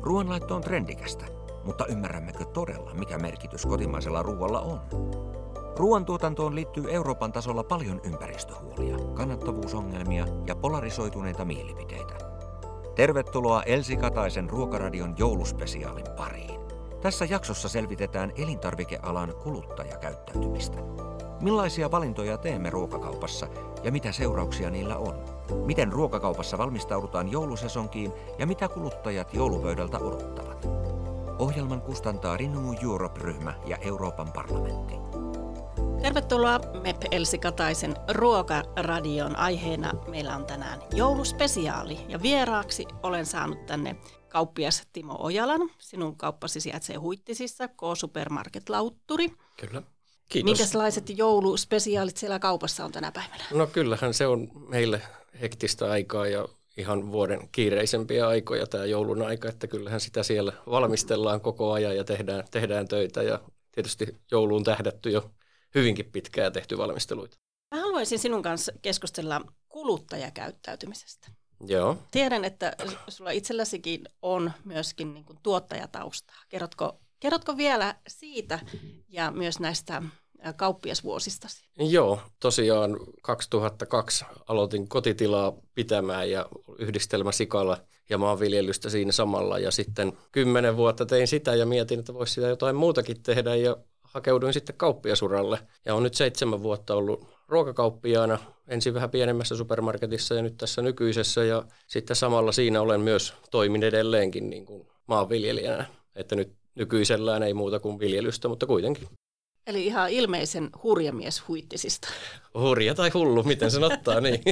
Ruoanlaitto on trendikästä, mutta ymmärrämmekö todella, mikä merkitys kotimaisella ruoalla on? Ruoantuotantoon liittyy Euroopan tasolla paljon ympäristöhuolia, kannattavuusongelmia ja polarisoituneita mielipiteitä. Tervetuloa Elsi Kataisen Ruokaradion jouluspesiaalin pariin. Tässä jaksossa selvitetään elintarvikealan kuluttajakäyttäytymistä. Millaisia valintoja teemme ruokakaupassa ja mitä seurauksia niillä on? Miten ruokakaupassa valmistaudutaan joulusesonkiin ja mitä kuluttajat joulupöydältä odottavat? Ohjelman kustantaa Renew Europe-ryhmä ja Euroopan parlamentti. Tervetuloa MEP Elsi Kataisen Ruokaradion. Aiheena meillä on tänään jouluspesiaali ja vieraaksi olen saanut tänne kauppias Timo Ojalan. Sinun kauppasi sijaitsee Huittisissa, K-Supermarket-lautturi. Kyllä. Kiitos. Minkälaiset jouluspesiaalit siellä kaupassa on tänä päivänä? No kyllähän se on meille hektistä aikaa ja ihan vuoden kiireisempiä aikoja tämä joulun aika, että kyllähän sitä siellä valmistellaan koko ajan ja tehdään töitä ja tietysti jouluun tähdätty jo hyvinkin pitkään tehty valmisteluita. Mä haluaisin sinun kanssa keskustella kuluttajakäyttäytymisestä. Joo. Tiedän, että sulla itselläsikin on myöskin niin kuin tuottajataustaa. Kerrotko vielä siitä ja myös näistä kauppiasvuosistasi? Joo, tosiaan 2002 aloitin kotitilaa pitämään ja yhdistelmäsikalla ja maanviljelystä siinä samalla. Ja sitten 10 vuotta tein sitä ja mietin, että voisi sitä jotain muutakin tehdä ja hakeuduin sitten kauppiasuralle. Ja olen nyt 7 vuotta ollut ruokakauppiaana, ensin vähän pienemmässä supermarketissa ja nyt tässä nykyisessä. Ja sitten samalla siinä olen myös toimin edelleenkin niin kuin maanviljelijänä, että nyt nykyisellään ei muuta kuin viljelystä, mutta kuitenkin. Eli ihan ilmeisen hurja mies Huittisista. Hurja tai hullu, miten sen ottaa, niin.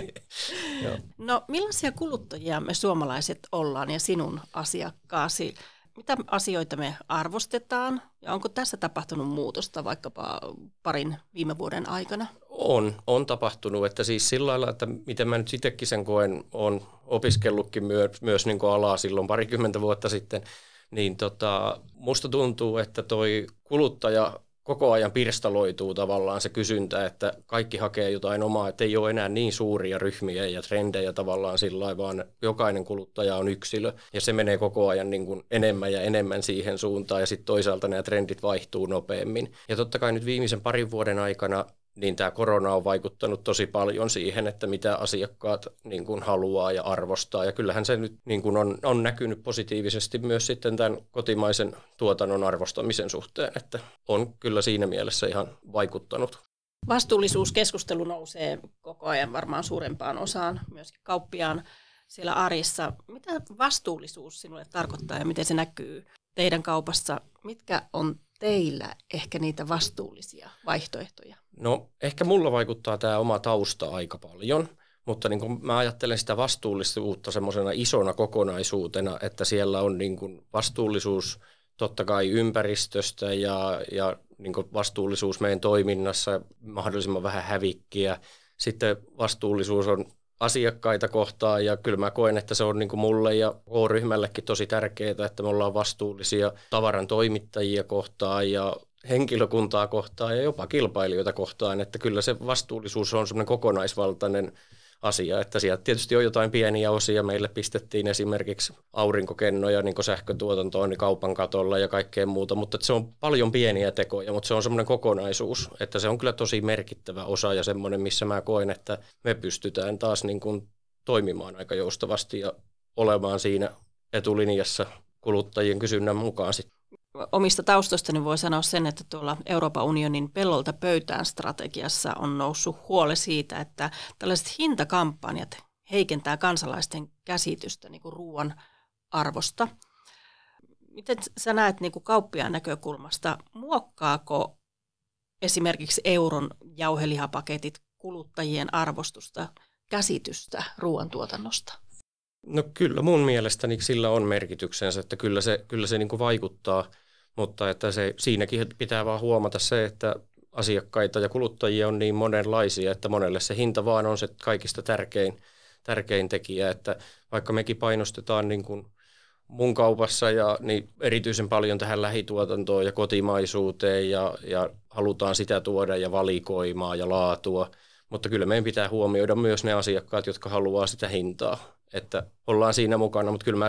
No millaisia kuluttajia me suomalaiset ollaan ja sinun asiakkaasi? Mitä asioita me arvostetaan ja onko tässä tapahtunut muutosta vaikkapa parin viime vuoden aikana? On tapahtunut, että siis sillä lailla, että miten mä nyt itsekin sen koen, olen opiskellutkin myös niin kuin alaa silloin parikymmentä vuotta sitten, niin musta tuntuu, että toi kuluttaja koko ajan pirstaloituu tavallaan se kysyntä, että kaikki hakee jotain omaa, että ei ole enää niin suuria ryhmiä ja trendejä tavallaan sillä lailla, vaan jokainen kuluttaja on yksilö ja se menee koko ajan niin kuin enemmän ja enemmän siihen suuntaan ja sitten toisaalta nämä trendit vaihtuu nopeammin. Ja totta kai nyt viimeisen parin vuoden aikana niin tämä korona on vaikuttanut tosi paljon siihen, että mitä asiakkaat niin kuin haluaa ja arvostaa. Ja kyllähän se nyt niin kuin on näkynyt positiivisesti myös sitten tämän kotimaisen tuotannon arvostamisen suhteen, että on kyllä siinä mielessä ihan vaikuttanut. Vastuullisuuskeskustelu nousee koko ajan varmaan suurempaan osaan myöskin kauppiaan siellä arjessa. Mitä vastuullisuus sinulle tarkoittaa ja miten se näkyy teidän kaupassa? Mitkä on teillä ehkä niitä vastuullisia vaihtoehtoja? No ehkä mulla vaikuttaa tämä oma tausta aika paljon, mutta niin kun mä ajattelen sitä vastuullisuutta semmoisena isona kokonaisuutena, että siellä on niin kun vastuullisuus totta kai ympäristöstä ja niin kun vastuullisuus meidän toiminnassa, mahdollisimman vähän hävikkiä. Sitten vastuullisuus on asiakkaita kohtaan ja kyllä mä koen, että se on niin kuin mulle ja K-ryhmällekin tosi tärkeää, että me ollaan vastuullisia tavaran toimittajia kohtaan ja henkilökuntaa kohtaan ja jopa kilpailijoita kohtaan, että kyllä se vastuullisuus on semmoinen kokonaisvaltainen asia, että sieltä tietysti on jotain pieniä osia. Meille pistettiin esimerkiksi aurinkokennoja niin kuin sähkötuotantoon niin kaupan katolla ja kaikkea muuta, mutta se on paljon pieniä tekoja, mutta se on semmoinen kokonaisuus, että se on kyllä tosi merkittävä osa ja semmoinen, missä mä koen, että me pystytään taas niin kuin toimimaan aika joustavasti ja olemaan siinä etulinjassa kuluttajien kysynnän mukaan sitten. Omista taustoistani voi sanoa sen, että tuolla Euroopan unionin pellolta pöytään strategiassa on noussut huoli siitä, että tällaiset hintakampanjat heikentää kansalaisten käsitystä niin kuin ruoan arvosta. Miten sä näet niin kuin kauppiaan näkökulmasta, muokkaako esimerkiksi euron jauhelihapaketit kuluttajien arvostusta, käsitystä ruoantuotannosta? No kyllä mun mielestäni sillä on merkityksensä, että kyllä se niin kuin vaikuttaa, mutta että siinäkin pitää vaan huomata se, että asiakkaita ja kuluttajia on niin monenlaisia, että monelle se hinta vaan on se kaikista tärkein tekijä, että vaikka mekin painostetaan niin kuin mun kaupassa niin erityisen paljon tähän lähituotantoon ja kotimaisuuteen ja halutaan sitä tuoda ja valikoimaa ja laatua, mutta kyllä meidän pitää huomioida myös ne asiakkaat, jotka haluaa sitä hintaa. Että ollaan siinä mukana, mutta kyllä mä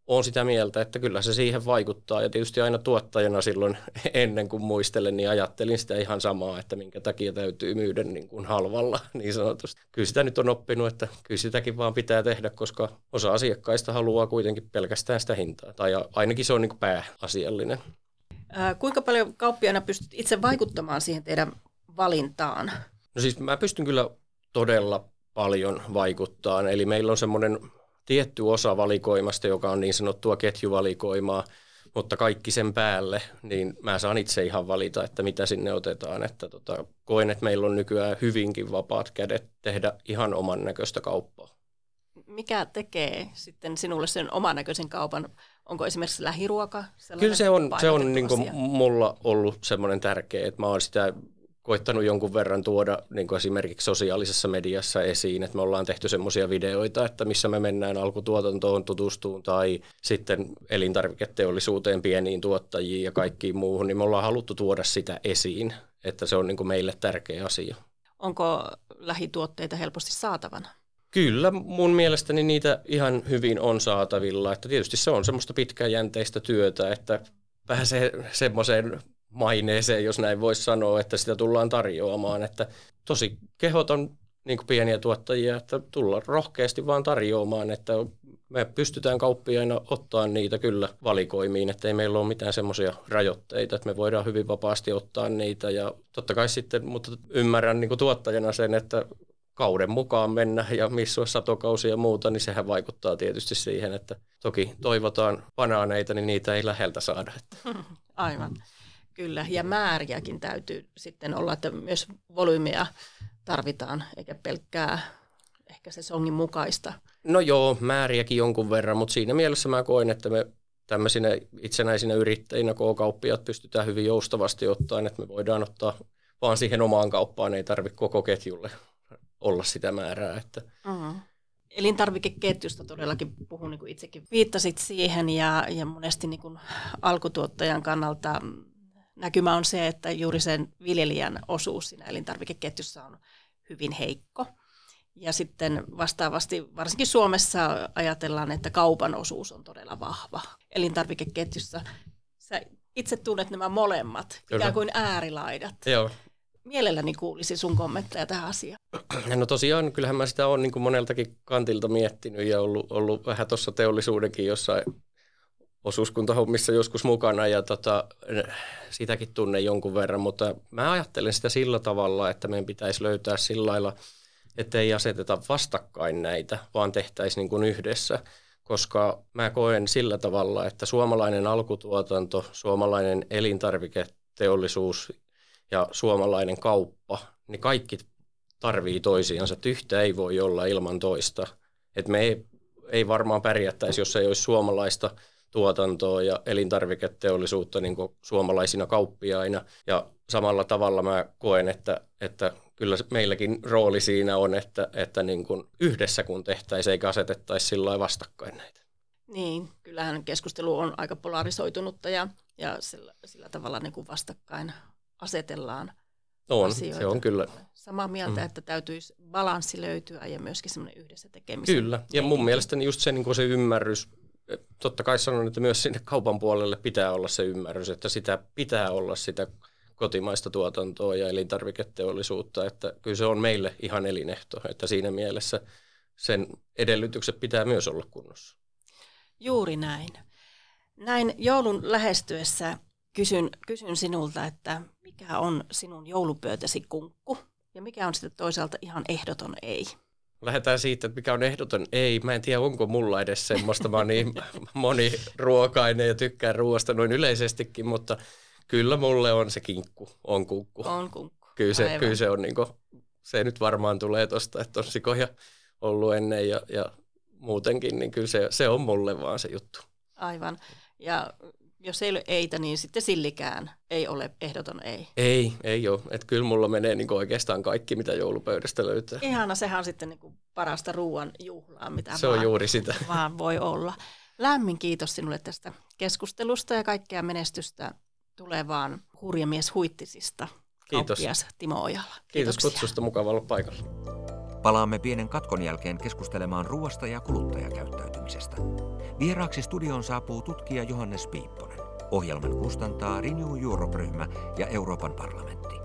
olen sitä mieltä, että kyllä se siihen vaikuttaa. Ja tietysti aina tuottajana silloin ennen kuin muistelen, niin ajattelin sitä ihan samaa, että minkä takia täytyy myydä niin kuin halvalla niin sanotusti. Kyllä sitä nyt on oppinut, että kyllä sitäkin vaan pitää tehdä, koska osa asiakkaista haluaa kuitenkin pelkästään sitä hintaa. Tai ainakin se on niin kuin pääasiallinen. Kuinka paljon kauppiaana pystyt itse vaikuttamaan siihen teidän valintaan? No siis mä pystyn kyllä todella paljon vaikuttaa. Eli meillä on semmoinen tietty osa valikoimasta, joka on niin sanottua ketjuvalikoimaa, mutta kaikki sen päälle, niin mä saan itse ihan valita, että mitä sinne otetaan. Että koen, että meillä on nykyään hyvinkin vapaat kädet tehdä ihan oman näköistä kauppaa. Mikä tekee sitten sinulle sen oman näköisen kaupan? Onko esimerkiksi lähiruoka? Kyllä se on niin kuin mulla ollut semmoinen tärkeä, että mä oon sitä koittanut jonkun verran tuoda niin kuin esimerkiksi sosiaalisessa mediassa esiin, että me ollaan tehty semmoisia videoita, että missä me mennään alkutuotantoon tutustuun tai sitten elintarviketeollisuuteen, pieniin tuottajiin ja kaikkiin muuhun, niin me ollaan haluttu tuoda sitä esiin, että se on niin kuin meille tärkeä asia. Onko lähituotteita helposti saatavana? Kyllä, mun mielestäni niitä ihan hyvin on saatavilla, että tietysti se on semmoista pitkäjänteistä työtä, että pääsee semmoiseen maineeseen, jos näin voisi sanoa, että sitä tullaan tarjoamaan. Että tosi kehoton niin kuin pieniä tuottajia, että tullaan rohkeasti vaan tarjoamaan, että me pystytään kauppiaina ottaa niitä kyllä valikoimiin, että ei meillä ole mitään semmoisia rajoitteita, että me voidaan hyvin vapaasti ottaa niitä. Ja totta kai sitten, mutta ymmärrän niin kuin tuottajana sen, että kauden mukaan mennä ja missä on satokausi ja muuta, niin sehän vaikuttaa tietysti siihen, että toki toivotaan banaaneita, niin niitä ei läheltä saada. Aivan. Kyllä, ja määriäkin täytyy sitten olla, että myös volyymeja tarvitaan, eikä pelkkää ehkä sesongin mukaista. No joo, määriäkin jonkun verran, mutta siinä mielessä mä koen, että me tämmöisinä itsenäisinä yrittäjinä, K-kauppiaat pystytään hyvin joustavasti ottaen, että me voidaan ottaa vaan siihen omaan kauppaan, ei tarvitse koko ketjulle olla sitä määrää. Että. Mm-hmm. Elintarvikeketjusta todellakin puhun, niin kuin itsekin viittasit siihen, ja monesti niin kuin alkutuottajan kannalta näkymä on se, että juuri sen viljelijän osuus siinä elintarvikeketjussa on hyvin heikko. Ja sitten vastaavasti, varsinkin Suomessa ajatellaan, että kaupan osuus on todella vahva elintarvikeketjussa. Sä itse tunnet nämä molemmat, ikään kuin äärilaidat. Joo. Mielelläni kuulisin sun kommentteja tähän asiaan. No tosiaan, kyllähän mä sitä olen niin kuin moneltakin kantilta miettinyt ja ollut vähän tuossa teollisuudenkin jossain osuuskuntahommissa joskus mukana ja sitäkin tunnen jonkun verran, mutta mä ajattelen sitä sillä tavalla, että meidän pitäisi löytää sillä lailla, että ei aseteta vastakkain näitä, vaan tehtäisiin niin kuin yhdessä, koska mä koen sillä tavalla, että suomalainen alkutuotanto, suomalainen elintarviketeollisuus ja suomalainen kauppa, niin kaikki tarvii toisiansa, että yhtä ei voi olla ilman toista. Et me ei varmaan pärjättäisi, jos ei olisi suomalaista tuotantoa ja elintarviketeollisuutta niin kuin suomalaisina kauppiaina. Ja samalla tavalla mä koen, että kyllä meilläkin rooli siinä on, että niin kuin yhdessä kun tehtäisiin eikä asetettaisi sillä lailla vastakkain näitä. Niin, kyllähän keskustelu on aika polarisoitunutta ja sillä tavalla niin kuin vastakkain asetellaan asioita. Se on kyllä. Samaa mieltä, että täytyisi balanssi löytyä ja myöskin semmoinen yhdessä tekemisen. Kyllä, ja mun mielestäni just se, niin kuin se ymmärrys, totta kai sanon, että myös sinne kaupan puolelle pitää olla se ymmärrys, että sitä pitää olla sitä kotimaista tuotantoa ja elintarviketeollisuutta, että kyllä se on meille ihan elinehto, että siinä mielessä sen edellytykset pitää myös olla kunnossa. Juuri näin. Näin joulun lähestyessä kysyn sinulta, että mikä on sinun joulupöytäsi kunkku ja mikä on sitten toisaalta ihan ehdoton ei? Lähdetään siitä, että mikä on ehdoton ei. Mä en tiedä, onko mulla edes semmoista. Mä oon niin moniruokainen ja tykkään ruoasta noin yleisestikin, mutta kyllä mulle on se kinkku, on kunkku. On kunkku. Kyllä se on niinku, se nyt varmaan tulee tosta, että on sikoja ollut ennen ja muutenkin, niin kyllä se on mulle vaan se juttu. Aivan. Ja jos ei ole eitä, niin sitten sillikään ei ole ehdoton ei. Ei ole. Että kyllä mulla menee niin oikeastaan kaikki, mitä joulupöydästä löytää. Ihana, sehän on sitten niin parasta ruoan juhlaa, mitä se on juuri sitä. Vaan voi olla. Lämmin kiitos sinulle tästä keskustelusta ja kaikkea menestystä tulevaan Hurjamies Huittisista. Kiitos. Kauppias Timo Ojala. Kiitos kutsusta, mukava olla paikalla. Palaamme pienen katkon jälkeen keskustelemaan ruoasta ja kuluttajakäyttäytymisestä. Vieraaksi studioon saapuu tutkija Johannes Piipponen. Ohjelman kustantaa Renew Europe-ryhmä ja Euroopan parlamentti.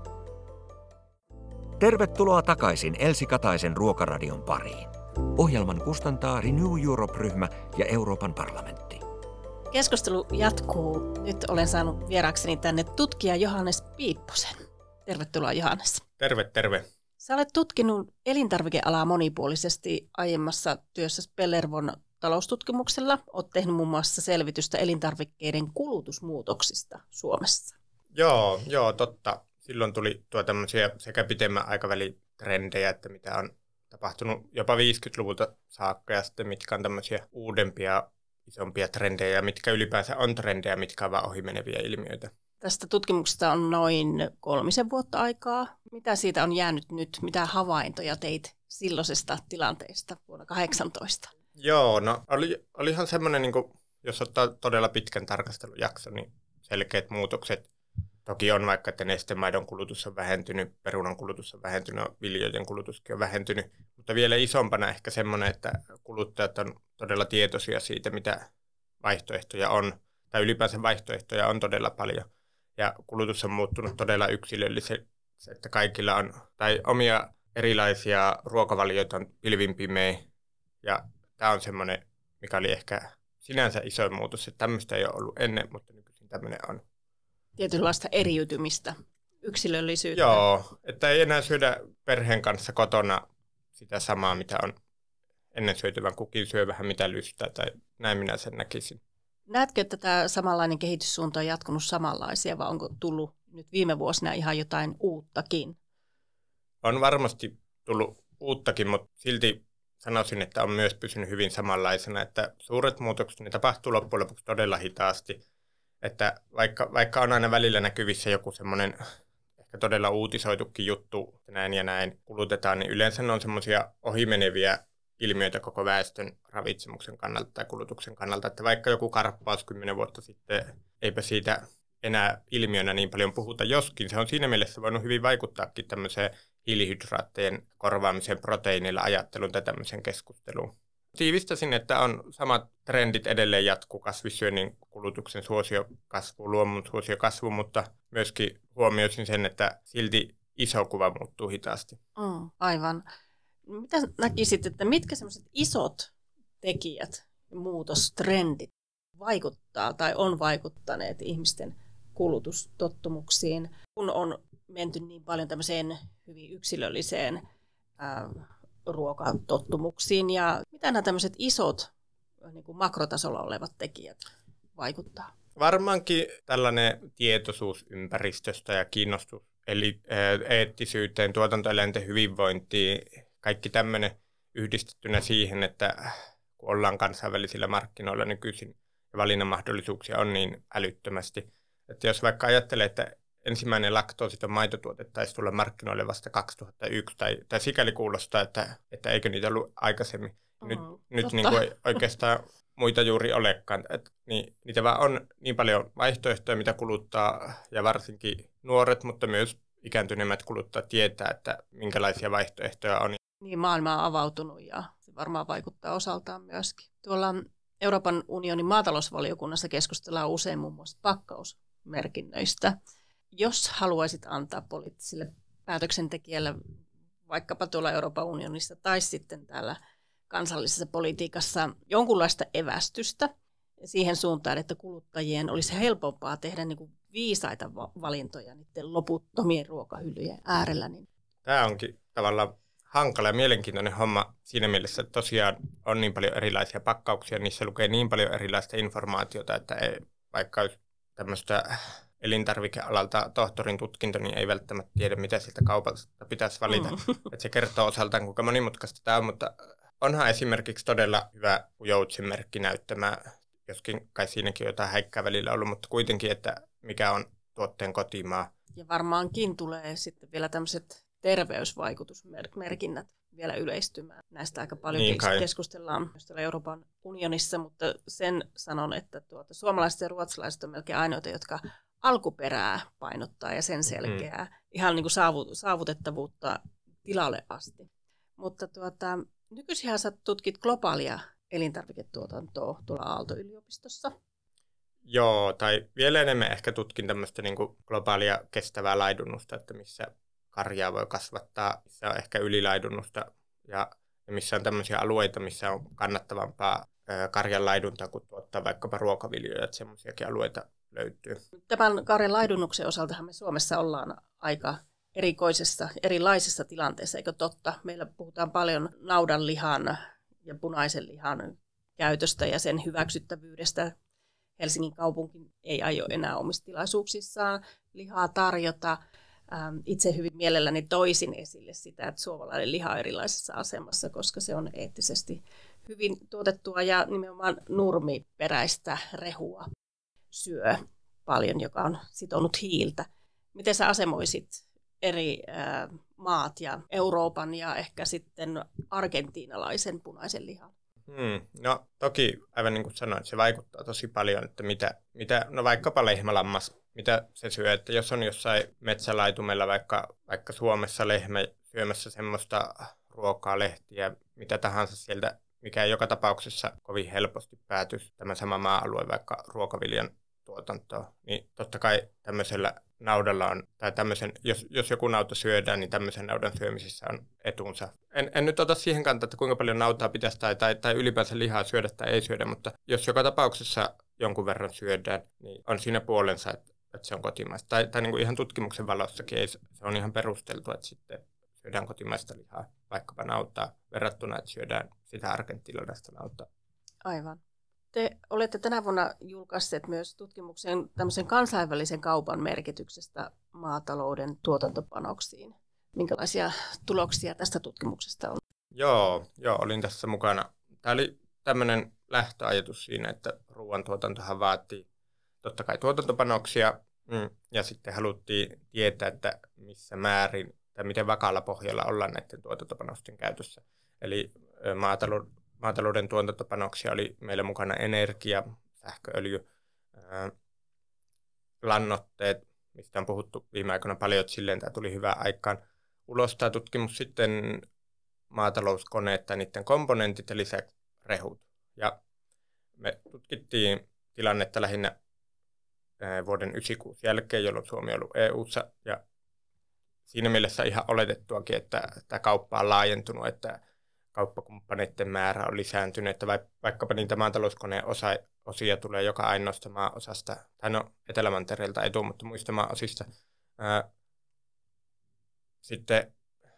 Tervetuloa takaisin Elsi Kataisen Ruokaradion pariin. Ohjelman kustantaa Renew Europe-ryhmä ja Euroopan parlamentti. Keskustelu jatkuu. Nyt olen saanut vieraakseni tänne tutkija Johannes Piipposen. Tervetuloa Johannes. Terve. Sä olet tutkinut elintarvikealaa monipuolisesti aiemmassa työssä Pellervon taloustutkimuksella. Olet tehnyt muun muassa selvitystä elintarvikkeiden kulutusmuutoksista Suomessa. Joo, totta. Silloin tuli tämmöisiä sekä pitemmän aikavälin trendejä, että mitä on tapahtunut jopa 50-luvulta saakka, ja sitten mitkä on tämmöisiä uudempia, isompia trendejä, ja mitkä ylipäänsä on trendejä, mitkä on vaan ohimeneviä ilmiöitä. Tästä tutkimuksesta on noin 3 vuotta aikaa. Mitä siitä on jäänyt nyt? Mitä havaintoja teit silloisesta tilanteesta vuonna 2018? Joo, no olihan semmoinen, niin kuin, jos ottaa todella pitkän tarkastelujakso, niin selkeät muutokset. Toki on vaikka, että nestemaidon kulutus on vähentynyt, perunan kulutus on vähentynyt, viljojen kulutuskin on vähentynyt, mutta vielä isompana ehkä semmoinen, että kuluttajat on todella tietoisia siitä, mitä vaihtoehtoja on, tai ylipäänsä vaihtoehtoja on todella paljon. Ja kulutus on muuttunut todella yksilölliseksi, että kaikilla on, tai omia erilaisia ruokavalioita on pilvin pimeä, ja tämä on semmoinen, mikä oli ehkä sinänsä iso muutos, että tämmöistä ei ole ollut ennen, mutta nykyisin tämmöinen on. Tietynlaista eriytymistä, yksilöllisyyttä. Joo, että ei enää syödä perheen kanssa kotona sitä samaa, mitä on ennen syöty, vaan kukin syö vähän mitä lystää, tai näin minä sen näkisin. Näetkö, että tämä samanlainen kehityssuunta on jatkunut samanlaisia, vai onko tullut nyt viime vuosina ihan jotain uuttakin? On varmasti tullut uuttakin, mutta silti sanoisin, että on myös pysynyt hyvin samanlaisena, että suuret muutokset ne tapahtuu loppujen lopuksi todella hitaasti. Että vaikka on aina välillä näkyvissä joku semmoinen ehkä todella uutisoitukin juttu, että näin ja näin kulutetaan, niin yleensä ne on semmoisia ohimeneviä ilmiöitä koko väestön ravitsemuksen kannalta tai kulutuksen kannalta. Että vaikka joku karppaus 10 vuotta sitten, eipä siitä enää ilmiönä niin paljon puhuta, joskin se on siinä mielessä voinut hyvin vaikuttaakin tämmöiseen hiilihydraattien korvaamiseen proteiinilla ajatteluun tai tämmöiseen keskusteluun. Tiivistäisin, että on samat trendit edelleen jatkuu, kasvissyönnin kulutuksen suosio kasvu, luomun suosio kasvu, mutta myöskin huomioisin sen, että silti iso kuva muuttuu hitaasti. Aivan. Mitä näkisit, että mitkä sellaiset isot tekijät, muutostrendit vaikuttaa tai on vaikuttaneet ihmisten kulutustottumuksiin, kun on menty niin paljon tämmöiseen hyvin yksilölliseen ruokatottumuksiin, ja mitä nämä tämmöiset isot niin kuin makrotasolla olevat tekijät vaikuttaa? Varmaankin tällainen tietoisuus ympäristöstä ja kiinnostus eli eettisyyteen, tuotantoeläinten hyvinvointiin, kaikki tämmöinen yhdistettynä siihen, että kun ollaan kansainvälisillä markkinoilla nykyisin ja valinnanmahdollisuuksia on niin älyttömästi. Että jos vaikka ajattelee, että ensimmäinen laktoositon maitotuote taisi tulla markkinoille vasta 2001, tai sikäli kuulostaa, että eikö niitä ollut aikaisemmin. Nyt niin kuin oikeastaan muita juuri olekaan. Niin, niitä vaan on niin paljon vaihtoehtoja, mitä kuluttaa, ja varsinkin nuoret, mutta myös ikääntyneemmät kuluttajat tietää, että minkälaisia vaihtoehtoja on. Niin, maailma on avautunut, ja se varmaan vaikuttaa osaltaan myöskin. Tuolla Euroopan unionin maatalousvaliokunnassa keskustellaan usein muun muassa pakkausmerkinnöistä. Jos haluaisit antaa poliittisille päätöksentekijälle vaikkapa tuolla Euroopan unionissa tai sitten täällä kansallisessa politiikassa jonkunlaista evästystä siihen suuntaan, että kuluttajien olisi helpompaa tehdä niin kuin viisaita valintoja niiden loputtomien ruokahyllyjen äärellä. Niin. Tämä onkin tavallaan hankala ja mielenkiintoinen homma siinä mielessä, että tosiaan on niin paljon erilaisia pakkauksia, niissä lukee niin paljon erilaista informaatiota, että ei, vaikka olisi tämmöistä elintarvikealalta tohtorin tutkinto, niin ei välttämättä tiedä, mitä sieltä kaupalta pitäisi valita. Että se kertoo osaltaan, kuinka monimutkaista tämä on, mutta onhan esimerkiksi todella hyvä Joutsin merkki näyttämä, joskin kai siinäkin jotain häikkää välillä ollut, mutta kuitenkin, että mikä on tuotteen kotimaa. Ja varmaankin tulee sitten vielä tämmöiset terveysvaikutusmerkinnät vielä yleistymään. Näistä aika paljon niin keskustellaan myös Euroopan unionissa, mutta sen sanon, että suomalaiset ja ruotsalaiset on melkein ainoita, jotka alkuperää painottaa ja sen selkeää, ihan niin kuin saavutettavuutta tilalle asti. Mutta nykyisinhän sä tutkit globaalia elintarviketuotantoa tuolla Aalto-yliopistossa. Joo, tai vielä enemmän ehkä tutkin tämmöistä niin kuin globaalia kestävää laidunnusta, että missä karjaa voi kasvattaa, missä on ehkä ylilaidunnusta ja missä on tämmöisiä alueita, missä on kannattavampaa karjan laiduntaa kuin tuottaa vaikkapa ruokaviljoja, että semmoisiakin alueita löytyy. Tämän karjan laidunnuksen osaltahan me Suomessa ollaan aika erilaisessa tilanteessa, eikö totta? Meillä puhutaan paljon naudanlihan ja punaisen lihan käytöstä ja sen hyväksyttävyydestä. Helsingin kaupunki ei aio enää omissa tilaisuuksissaan lihaa tarjota. Itse hyvin mielelläni toisin esille sitä, että suomalainen liha on erilaisessa asemassa, koska se on eettisesti hyvin tuotettua ja nimenomaan nurmiperäistä rehua syö paljon, joka on sitonut hiiltä. Miten sä asemoisit eri maat ja Euroopan ja ehkä sitten argentiinalaisen punaisen lihan? No toki aivan niin kuin sanoin, se vaikuttaa tosi paljon, että no vaikkapa lehmälammas, mitä se syö, että jos on jossain metsälaitumella vaikka Suomessa lehmä syömässä semmoista ruokaa, lehtiä, mitä tahansa sieltä, mikä ei joka tapauksessa kovin helposti päätyisi tämä sama maa-alue vaikka ruokaviljan tuotantoon, niin totta kai tämmöisellä naudalla on, tai tämmöisen, jos joku nauta syödään, niin tämmöisen naudan syömisessä on etunsa. En nyt ota siihen kantaa, että kuinka paljon nautaa pitäisi tai ylipäänsä lihaa syödä tai ei syödä, mutta jos joka tapauksessa jonkun verran syödään, niin on siinä puolensa, että se on kotimaista. Tai niin kuin ihan tutkimuksen valossakin se on ihan perusteltua, että sitten syödään kotimaista lihaa, vaikkapa nautaa, verrattuna, että syödään sitä argentiinalaista nautaa. Aivan. Te olette tänä vuonna julkaisseet myös tutkimuksen tämmöisen kansainvälisen kaupan merkityksestä maatalouden tuotantopanoksiin. Minkälaisia tuloksia tästä tutkimuksesta on? Joo, olin tässä mukana. Tämä oli tämmöinen lähtöajatus siinä, että ruoantuotantohan vaatii totta kai tuotantopanoksia ja sitten haluttiin tietää, että missä määrin tai miten vakaalla pohjalla ollaan näiden tuotantopanosten käytössä. Eli maatalouden tuotantopanoksia oli meillä mukana energia, sähkööljy, lannoitteet, mistä on puhuttu viime aikoina paljon, että silleen tämä tuli hyvään aikaan. Ulos tämä tutkimus sitten maatalouskoneet tai niiden komponentit ja lisäksi rehut. Ja me tutkittiin tilannetta lähinnä vuoden 1996 jälkeen, jolloin Suomi on ollut EU:ssa ja siinä mielessä ihan oletettuakin, että tämä kauppa on laajentunut, että kauppakumppaneiden määrä on lisääntynyt, että vaikkapa niitä maatalouskoneen osia tulee joka ainoasta maaosasta, tai no Etelämantereelta ei tule, mutta muista maaosista. Sitten,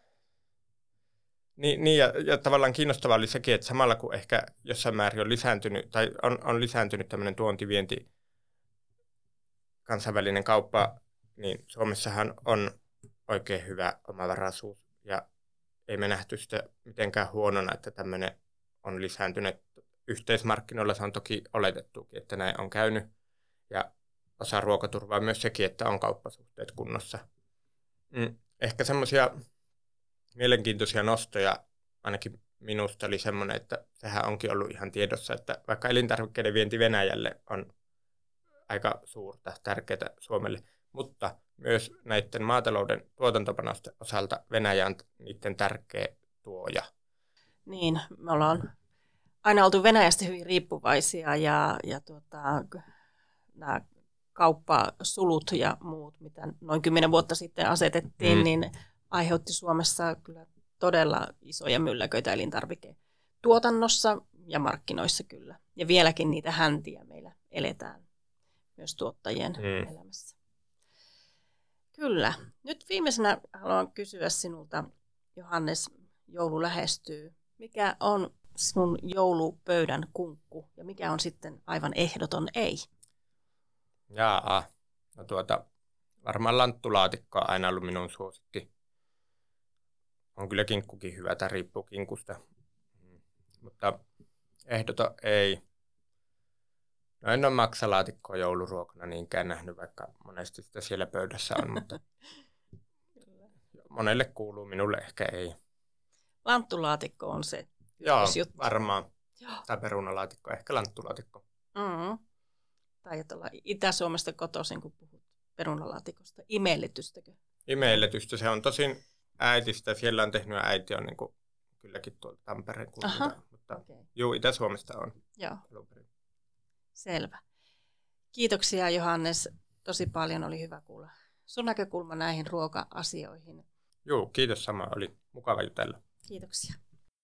niin ja tavallaan kiinnostavaa oli sekin, että samalla kun ehkä jossain määrin on lisääntynyt, tai on lisääntynyt tämmöinen tuontivienti, kansainvälinen kauppa, niin Suomessahan on oikein hyvä omavaraisuus, ja ei me nähty sitä mitenkään huonona, että tämmöinen on lisääntynyt. Yhteismarkkinoilla se on toki oletettukin, että näin on käynyt. Ja osa ruokaturvaa myös sekin, että on kauppasuhteet kunnossa. Ehkä semmoisia mielenkiintoisia nostoja ainakin minusta oli semmoinen, että sehän onkin ollut ihan tiedossa, että vaikka elintarvikkeiden vienti Venäjälle on aika suurta, tärkeää Suomelle, mutta myös näiden maatalouden tuotantopanosten osalta Venäjä on niiden tärkeä tuoja. Niin, me ollaan aina oltu Venäjästä hyvin riippuvaisia ja nämä kauppasulut ja muut, mitä noin 10 vuotta sitten asetettiin, niin aiheutti Suomessa kyllä todella isoja mylläköitä elintarviketuotannossa ja markkinoissa kyllä. Ja vieläkin niitä häntiä meillä eletään myös tuottajien elämässä. Kyllä. Nyt viimeisenä haluan kysyä sinulta, Johannes, joulu lähestyy. Mikä on sinun joulupöydän kunkku ja mikä on sitten aivan ehdoton ei? No varmaan lanttulaatikko on aina ollut minun suosikki. On kyllä kinkkukin hyvä, tämä riippuu kinkusta. Mutta ehdoton ei. No en ole maksalaatikkoa jouluruokana niinkään nähnyt, vaikka monesti sitä siellä pöydässä on, mutta monelle kuuluu, minulle ehkä ei. Lanttulaatikko on se. Joo, varmaan. Tai perunalaatikko, ehkä lanttulaatikko. Tai olla Itä-Suomesta kotoisin, kun puhut perunalaatikosta. Imellytystäkö? Imellytystä. Se on tosin äitistä. Siellä on tehnyt äiti on niin kuin kylläkin tuolta Tampereen kunnalta. Mutta okay. Joo, Itä-Suomesta on. Joo. Selvä. Kiitoksia Johannes. Tosi paljon oli hyvä kuulla sun näkökulma näihin ruoka-asioihin. Joo, kiitos sama. Oli mukava jutella. Kiitoksia.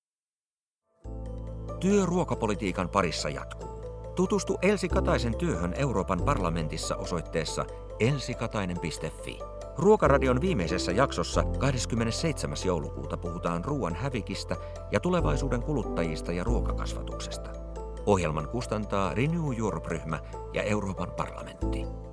Työ ruokapolitiikan parissa jatkuu. Tutustu Elsi Kataisen työhön Euroopan parlamentissa osoitteessa elsikatainen.fi. Ruokaradion viimeisessä jaksossa 27. joulukuuta puhutaan ruoan hävikistä ja tulevaisuuden kuluttajista ja ruokakasvatuksesta. Ohjelman kustantaa Renew Europe-ryhmä ja Euroopan parlamentti.